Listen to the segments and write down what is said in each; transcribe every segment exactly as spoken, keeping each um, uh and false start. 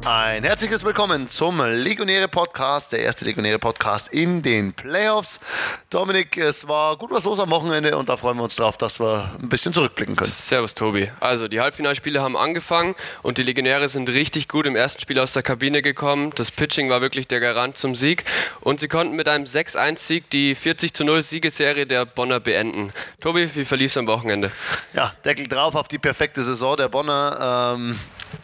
Ein herzliches Willkommen zum Legionäre-Podcast, der erste Legionäre-Podcast in den Playoffs. Dominik, es war gut was los am Wochenende und da freuen wir uns drauf, dass wir ein bisschen zurückblicken können. Servus Tobi. Also die Halbfinalspiele haben angefangen und die Legionäre sind richtig gut im ersten Spiel aus der Kabine gekommen. Das Pitching war wirklich der Garant zum Sieg und sie konnten mit einem sechs eins Sieg die vierzig zu null Siegesserie der Bonner beenden. Tobi, wie verlief es am Wochenende? Ja, Deckel drauf auf die perfekte Saison der Bonner. Ähm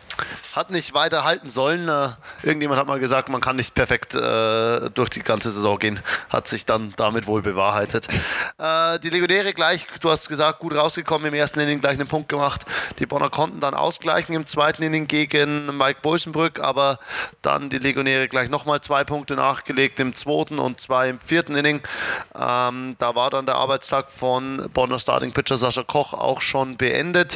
Hat nicht weiter halten sollen. Äh, irgendjemand hat mal gesagt, man kann nicht perfekt äh, durch die ganze Saison gehen. Hat sich dann damit wohl bewahrheitet. Äh, die Legionäre gleich, du hast gesagt, gut rausgekommen im ersten Inning, gleich einen Punkt gemacht. Die Bonner konnten dann ausgleichen im zweiten Inning gegen Mike Boysenbrück, aber dann die Legionäre gleich nochmal zwei Punkte nachgelegt im zweiten und zwei im vierten Inning. Ähm, da war dann der Arbeitstag von Bonner Starting Pitcher Sascha Koch auch schon beendet.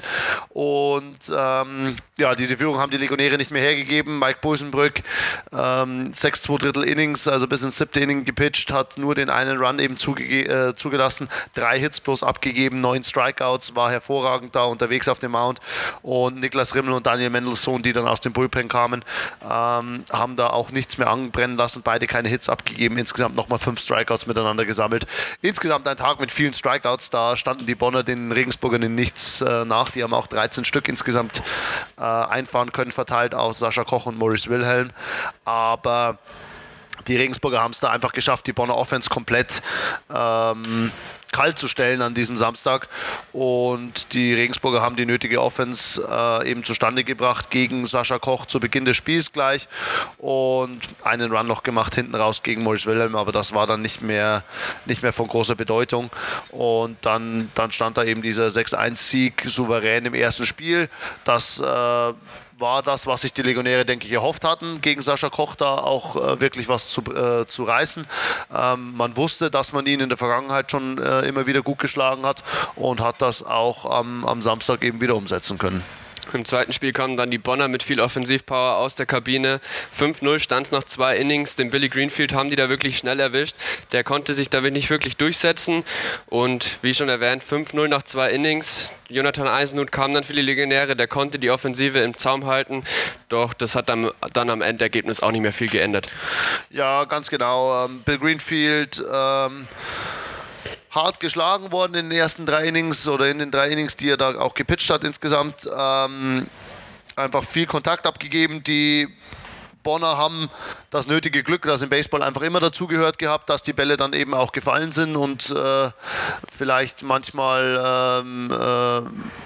Und ähm, ja, diese Führung haben die Legionäre nicht mehr hergegeben. Mike Boysenbrück, ähm, sechs zwei Drittel Innings, also bis ins siebte Inning gepitcht, hat nur den einen Run eben zuge- äh, zugelassen, drei Hits bloß abgegeben, neun Strikeouts, war hervorragend da unterwegs auf dem Mount und Niklas Rimmel und Daniel Mendelssohn, die dann aus dem Bullpen kamen, ähm, haben da auch nichts mehr anbrennen lassen, beide keine Hits abgegeben, insgesamt nochmal fünf Strikeouts miteinander gesammelt. Insgesamt ein Tag mit vielen Strikeouts, da standen die Bonner den Regensburgern in nichts äh, nach, die haben auch dreizehn Stück insgesamt äh, einfahren können, verteilt auf Sascha Koch und Maurice Wilhelm, aber die Regensburger haben es da einfach geschafft, die Bonner Offense komplett ähm, kalt zu stellen an diesem Samstag und die Regensburger haben die nötige Offense äh, eben zustande gebracht gegen Sascha Koch zu Beginn des Spiels gleich und einen Run noch gemacht hinten raus gegen Maurice Wilhelm, aber das war dann nicht mehr, nicht mehr von großer Bedeutung und dann, dann stand da eben dieser sechs eins Sieg souverän im ersten Spiel, das äh, war das, was sich die Legionäre, denke ich, erhofft hatten, gegen Sascha Koch da auch äh, wirklich was zu, äh, zu reißen. Ähm, man wusste, dass man ihn in der Vergangenheit schon äh, immer wieder gut geschlagen hat und hat das auch ähm, am Samstag eben wieder umsetzen können. Im zweiten Spiel kamen dann die Bonner mit viel Offensivpower aus der Kabine. fünf null stand es nach zwei Innings. Den Billy Greenfield haben die da wirklich schnell erwischt. Der konnte sich da nicht wirklich durchsetzen. Und wie schon erwähnt, fünf null nach zwei Innings. Jonathan Eisenhut kam dann für die Legionäre. Der konnte die Offensive im Zaum halten. Doch das hat dann, dann am Endergebnis auch nicht mehr viel geändert. Ja, ganz genau. Ähm, Bill Greenfield ähm hart geschlagen worden in den ersten drei Innings oder in den drei Innings, die er da auch gepitcht hat insgesamt. Ähm, einfach viel Kontakt abgegeben. Die Bonner haben das nötige Glück, das im Baseball einfach immer dazugehört gehabt, dass die Bälle dann eben auch gefallen sind und äh, vielleicht manchmal ähm, äh,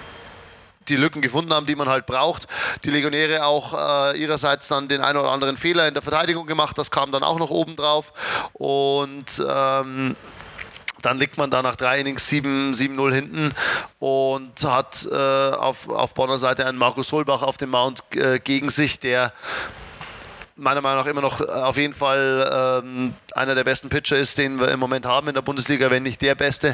die Lücken gefunden haben, die man halt braucht. Die Legionäre auch äh, ihrerseits dann den einen oder anderen Fehler in der Verteidigung gemacht. Das kam dann auch noch oben drauf. Und ähm, dann liegt man da nach drei Innings sieben null hinten und hat äh, auf, auf Bonner Seite einen Markus Solbach auf dem Mount äh, gegen sich, der meiner Meinung nach immer noch auf jeden Fall ähm, einer der besten Pitcher ist, den wir im Moment haben in der Bundesliga, wenn nicht der beste.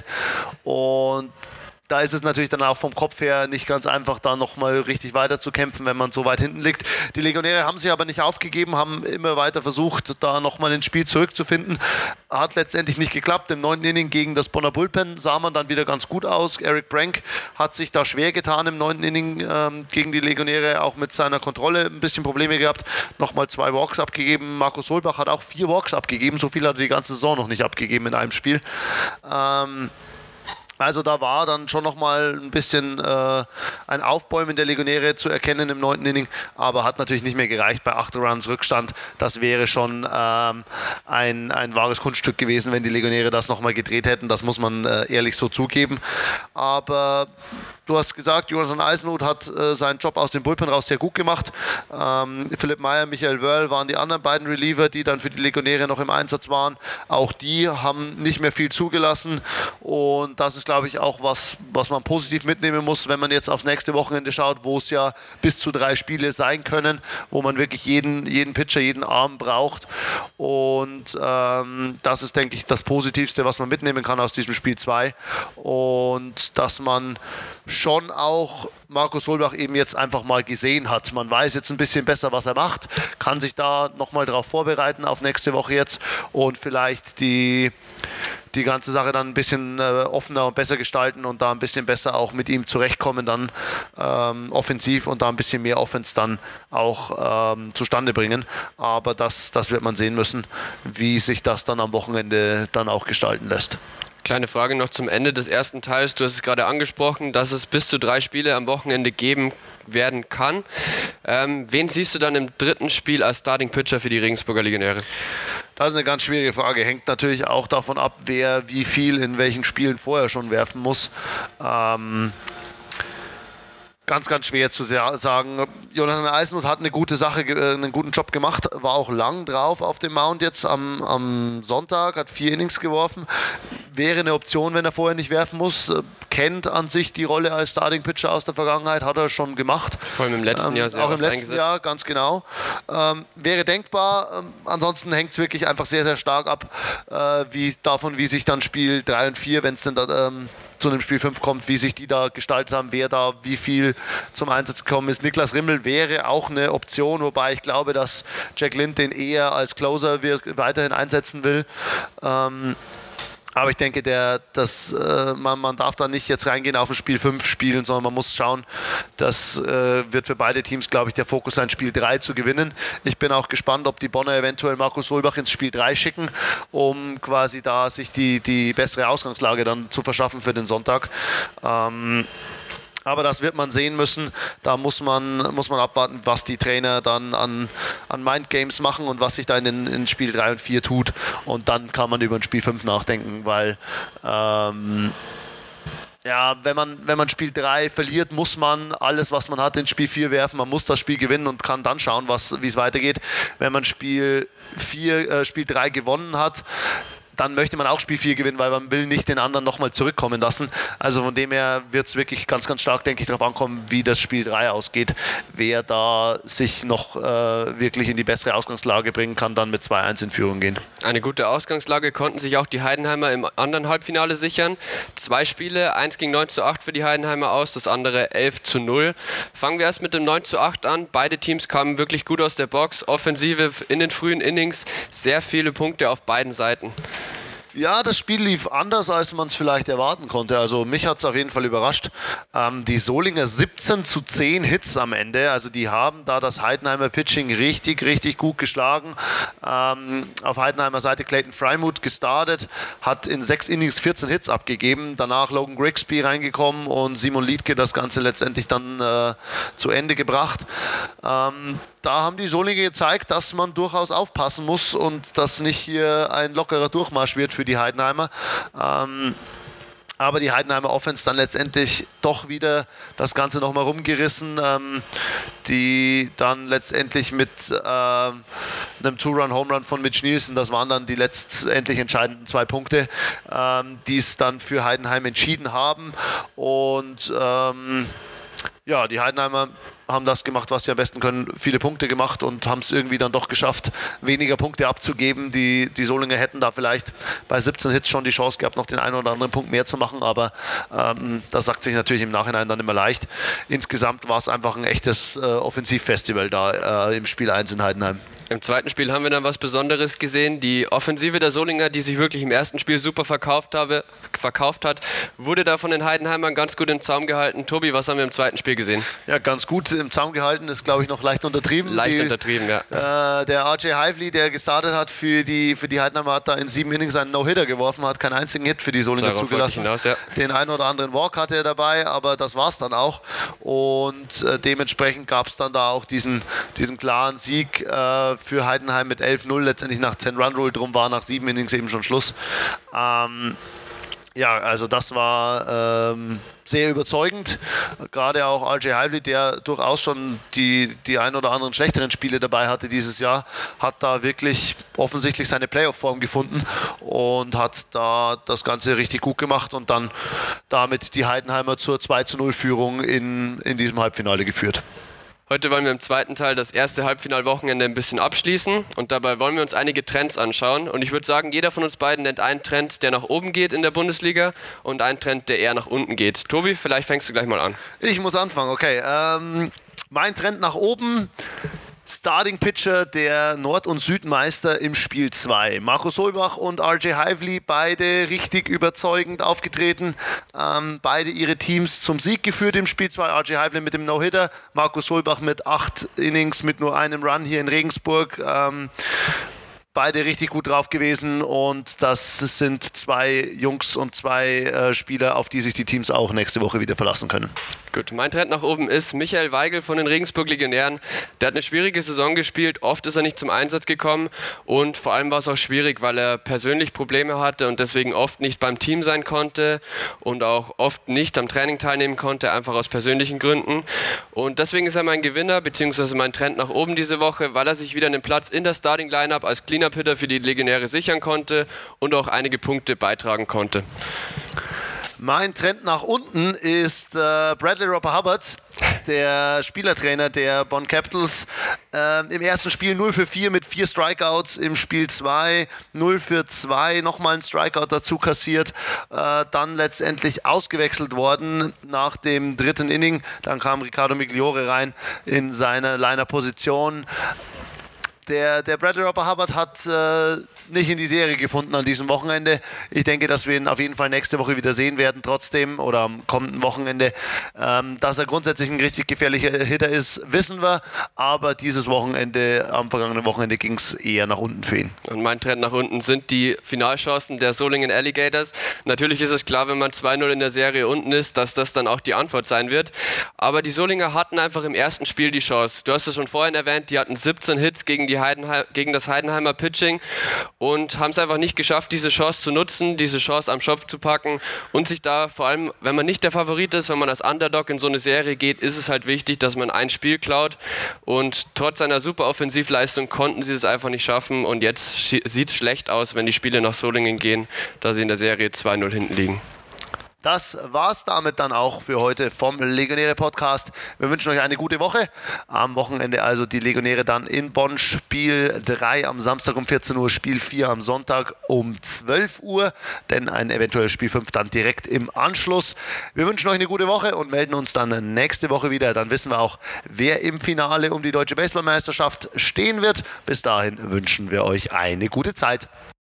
Und da ist es natürlich dann auch vom Kopf her nicht ganz einfach, da nochmal richtig weiter zu kämpfen, wenn man so weit hinten liegt. Die Legionäre haben sich aber nicht aufgegeben, haben immer weiter versucht, da nochmal ins Spiel zurückzufinden. Hat letztendlich nicht geklappt. Im neunten Inning gegen das Bonner Bullpen sah man dann wieder ganz gut aus. Eric Brank hat sich da schwer getan im neunten Inning ähm, gegen die Legionäre, auch mit seiner Kontrolle ein bisschen Probleme gehabt. Nochmal zwei Walks abgegeben. Markus Solbach hat auch vier Walks abgegeben. So viel hat er die ganze Saison noch nicht abgegeben in einem Spiel. Ähm, Also da war dann schon nochmal ein bisschen äh, ein Aufbäumen der Legionäre zu erkennen im neunten Inning, aber hat natürlich nicht mehr gereicht bei acht Runs Rückstand. Das wäre schon ähm, ein, ein wahres Kunststück gewesen, wenn die Legionäre das nochmal gedreht hätten. Das muss man äh, ehrlich so zugeben. Aber du hast gesagt, Jonathan Eisenhut hat äh, seinen Job aus dem Bullpen raus sehr gut gemacht. Ähm, Philipp Meyer, Michael Wörl waren die anderen beiden Reliever, die dann für die Legionäre noch im Einsatz waren. Auch die haben nicht mehr viel zugelassen und das ist, glaube ich, auch was, was man positiv mitnehmen muss, wenn man jetzt aufs nächste Wochenende schaut, wo es ja bis zu drei Spiele sein können, wo man wirklich jeden, jeden Pitcher, jeden Arm braucht. Und ähm, das ist, denke ich, das Positivste, was man mitnehmen kann aus diesem Spiel zwei. Und dass man schon auch Markus Solbach eben jetzt einfach mal gesehen hat. Man weiß jetzt ein bisschen besser, was er macht, kann sich da nochmal drauf vorbereiten auf nächste Woche jetzt und vielleicht die die ganze Sache dann ein bisschen äh, offener und besser gestalten und da ein bisschen besser auch mit ihm zurechtkommen dann ähm, offensiv und da ein bisschen mehr Offense dann auch ähm, zustande bringen. Aber das, das wird man sehen müssen, wie sich das dann am Wochenende dann auch gestalten lässt. Kleine Frage noch zum Ende des ersten Teils. Du hast es gerade angesprochen, dass es bis zu drei Spiele am Wochenende geben werden kann. Ähm, wen siehst du dann im dritten Spiel als Starting Pitcher für die Regensburger Legionäre? Das ist eine ganz schwierige Frage. Hängt natürlich auch davon ab, wer wie viel in welchen Spielen vorher schon werfen muss. Ähm Ganz, ganz schwer zu sagen. Jonathan Eisenhut hat eine gute Sache, einen guten Job gemacht, war auch lang drauf auf dem Mount jetzt am, am Sonntag, hat vier Innings geworfen. Wäre eine Option, wenn er vorher nicht werfen muss. Kennt an sich die Rolle als Starting Pitcher aus der Vergangenheit, hat er schon gemacht. Vor allem im letzten ähm, Jahr sehr Auch im oft letzten eingesetzt. Jahr, ganz genau. Ähm, wäre denkbar. Ähm, ansonsten hängt es wirklich einfach sehr, sehr stark ab, äh, wie, davon, wie sich dann Spiel drei und vier, wenn es denn da ähm, zu einem Spiel fünf kommt, wie sich die da gestaltet haben, wer da wie viel zum Einsatz gekommen ist. Niklas Rimmel wäre auch eine Option, wobei ich glaube, dass Jack Lind den eher als Closer weiterhin einsetzen will. Ähm, Aber ich denke, der, das, äh, man, man darf da nicht jetzt reingehen auf ein Spiel fünf spielen, sondern man muss schauen, das äh, wird für beide Teams, glaube ich, der Fokus sein, Spiel drei zu gewinnen. Ich bin auch gespannt, ob die Bonner eventuell Markus Solbach ins Spiel drei schicken, um quasi da sich die, die bessere Ausgangslage dann zu verschaffen für den Sonntag. Ähm, Aber das wird man sehen müssen. Da muss man, muss man abwarten, was die Trainer dann an, an Mindgames machen und was sich da in, in Spiel drei und vier tut. Und dann kann man über ein Spiel fünf nachdenken, weil ähm, ja, wenn man, wenn man Spiel drei verliert, muss man alles, was man hat, in Spiel vier werfen. Man muss das Spiel gewinnen und kann dann schauen, wie es weitergeht. Wenn man Spiel vier, äh, Spiel drei gewonnen hat, dann möchte man auch Spiel vier gewinnen, weil man will nicht den anderen nochmal zurückkommen lassen. Also von dem her wird es wirklich ganz, ganz stark, denke ich, darauf ankommen, wie das Spiel drei ausgeht. Wer da sich noch äh, wirklich in die bessere Ausgangslage bringen kann, dann mit zwei eins in Führung gehen. Eine gute Ausgangslage konnten sich auch die Heidenheimer im anderen Halbfinale sichern. Zwei Spiele, eins ging neun zu acht für die Heidenheimer aus, das andere elf zu null. Fangen wir erst mit dem neun zu acht an. Beide Teams kamen wirklich gut aus der Box. Offensive in den frühen Innings, sehr viele Punkte auf beiden Seiten. Ja, das Spiel lief anders, als man es vielleicht erwarten konnte. Also mich hat es auf jeden Fall überrascht. Ähm, die Solinger siebzehn zu zehn Hits am Ende. Also die haben da das Heidenheimer Pitching richtig, richtig gut geschlagen. Ähm, auf Heidenheimer Seite Clayton Freimuth gestartet, hat in sechs Innings vierzehn Hits abgegeben. Danach Logan Grigsby reingekommen und Simon Liedke das Ganze letztendlich dann äh, zu Ende gebracht. Ähm, Da haben die Solinger gezeigt, dass man durchaus aufpassen muss und dass nicht hier ein lockerer Durchmarsch wird für die Heidenheimer. Ähm, aber die Heidenheimer Offense dann letztendlich doch wieder das Ganze nochmal rumgerissen, ähm, die dann letztendlich mit ähm, einem Two-Run-Home-Run von Mitch Nielsen, das waren dann die letztendlich entscheidenden zwei Punkte, ähm, die es dann für Heidenheim entschieden haben. Und ähm, ja, die Heidenheimer haben das gemacht, was sie am besten können, viele Punkte gemacht und haben es irgendwie dann doch geschafft, weniger Punkte abzugeben. Die, die Solinger hätten da vielleicht bei siebzehn Hits schon die Chance gehabt, noch den einen oder anderen Punkt mehr zu machen, aber ähm, das sagt sich natürlich im Nachhinein dann immer leicht. Insgesamt war es einfach ein echtes äh, Offensivfestival da äh, im Spiel eins in Heidenheim. Im zweiten Spiel haben wir dann was Besonderes gesehen. Die Offensive der Solinger, die sich wirklich im ersten Spiel super verkauft, habe, verkauft hat, wurde da von den Heidenheimern ganz gut im Zaum gehalten. Tobi, was haben wir im zweiten Spiel gesehen? Ja, ganz gut im Zaum gehalten, ist glaube ich noch leicht untertrieben. Leicht die, untertrieben, ja. Äh, der R J Hively, der gestartet hat für die, für die Heidenheimer, hat da in sieben Innings einen No-Hitter geworfen, hat keinen einzigen Hit für die Solinger Darauf zugelassen. Hinaus, ja. Den einen oder anderen Walk hatte er dabei, aber das war es dann auch. Und äh, dementsprechend gab es dann da auch diesen, diesen klaren Sieg äh, für Heidenheim mit elf null, letztendlich nach zehn-Run-Rule, drum war nach sieben Innings eben schon Schluss. Ähm, ja, also das war ähm, sehr überzeugend. Gerade auch R J Hively, der durchaus schon die, die ein oder anderen schlechteren Spiele dabei hatte dieses Jahr, hat da wirklich offensichtlich seine Playoff-Form gefunden und hat da das Ganze richtig gut gemacht und dann damit die Heidenheimer zur zwei zu null Führung in, in diesem Halbfinale geführt. Heute wollen wir im zweiten Teil das erste Halbfinalwochenende ein bisschen abschließen und dabei wollen wir uns einige Trends anschauen und ich würde sagen, jeder von uns beiden nennt einen Trend, der nach oben geht in der Bundesliga und einen Trend, der eher nach unten geht. Tobi, vielleicht fängst du gleich mal an. Ich muss anfangen, okay. Ähm, mein Trend nach oben Starting Pitcher der Nord- und Südmeister im Spiel zwei. Marco Solbach und R J Hively, beide richtig überzeugend aufgetreten. Ähm, beide ihre Teams zum Sieg geführt im Spiel zwei. R J Hively mit dem No-Hitter, Marco Solbach mit acht Innings mit nur einem Run hier in Regensburg. Ähm, Beide richtig gut drauf gewesen und das sind zwei Jungs und zwei äh, Spieler, auf die sich die Teams auch nächste Woche wieder verlassen können. Gut, mein Trend nach oben ist Michael Weigel von den Regensburg Legionären. Der hat eine schwierige Saison gespielt, oft ist er nicht zum Einsatz gekommen und vor allem war es auch schwierig, weil er persönlich Probleme hatte und deswegen oft nicht beim Team sein konnte und auch oft nicht am Training teilnehmen konnte, einfach aus persönlichen Gründen. Und deswegen ist er mein Gewinner, beziehungsweise mein Trend nach oben diese Woche, weil er sich wieder einen Platz in der Starting-Lineup als Cleanup-Hitter für die Legionäre sichern konnte und auch einige Punkte beitragen konnte. Mein Trend nach unten ist äh, Bradley Roper Hubbard, der Spielertrainer der Bonn Capitals. Äh, Im ersten Spiel null für vier mit vier Strikeouts, im Spiel zwei null für zwei, nochmal ein Strikeout dazu kassiert, äh, dann letztendlich ausgewechselt worden nach dem dritten Inning. Dann kam Ricardo Migliore rein in seine Liner-Position. Der, der Bradley Roper Hubbard hat äh, nicht in die Serie gefunden an diesem Wochenende. Ich denke, dass wir ihn auf jeden Fall nächste Woche wieder sehen werden trotzdem oder am kommenden Wochenende. Ähm, dass er grundsätzlich ein richtig gefährlicher Hitter ist, wissen wir, aber dieses Wochenende, am vergangenen Wochenende ging es eher nach unten für ihn. Und mein Trend nach unten sind die Finalchancen der Solingen Alligators. Natürlich ist es klar, wenn man zwei null in der Serie unten ist, dass das dann auch die Antwort sein wird. Aber die Solinger hatten einfach im ersten Spiel die Chance. Du hast es schon vorhin erwähnt, die hatten siebzehn Hits gegen die Heidenheim, gegen das Heidenheimer Pitching und haben es einfach nicht geschafft, diese Chance zu nutzen, diese Chance am Schopf zu packen und sich da vor allem, wenn man nicht der Favorit ist, wenn man als Underdog in so eine Serie geht, ist es halt wichtig, dass man ein Spiel klaut und trotz einer super Offensivleistung konnten sie es einfach nicht schaffen und jetzt sieht es schlecht aus, wenn die Spiele nach Solingen gehen, da sie in der Serie zwei null hinten liegen. Das war's damit dann auch für heute vom Legionäre Podcast. Wir wünschen euch eine gute Woche. Am Wochenende also die Legionäre dann in Bonn, Spiel drei am Samstag um vierzehn Uhr, Spiel vier am Sonntag um zwölf Uhr, denn ein eventuelles Spiel fünf dann direkt im Anschluss. Wir wünschen euch eine gute Woche und melden uns dann nächste Woche wieder. Dann wissen wir auch, wer im Finale um die Deutsche Baseballmeisterschaft stehen wird. Bis dahin wünschen wir euch eine gute Zeit.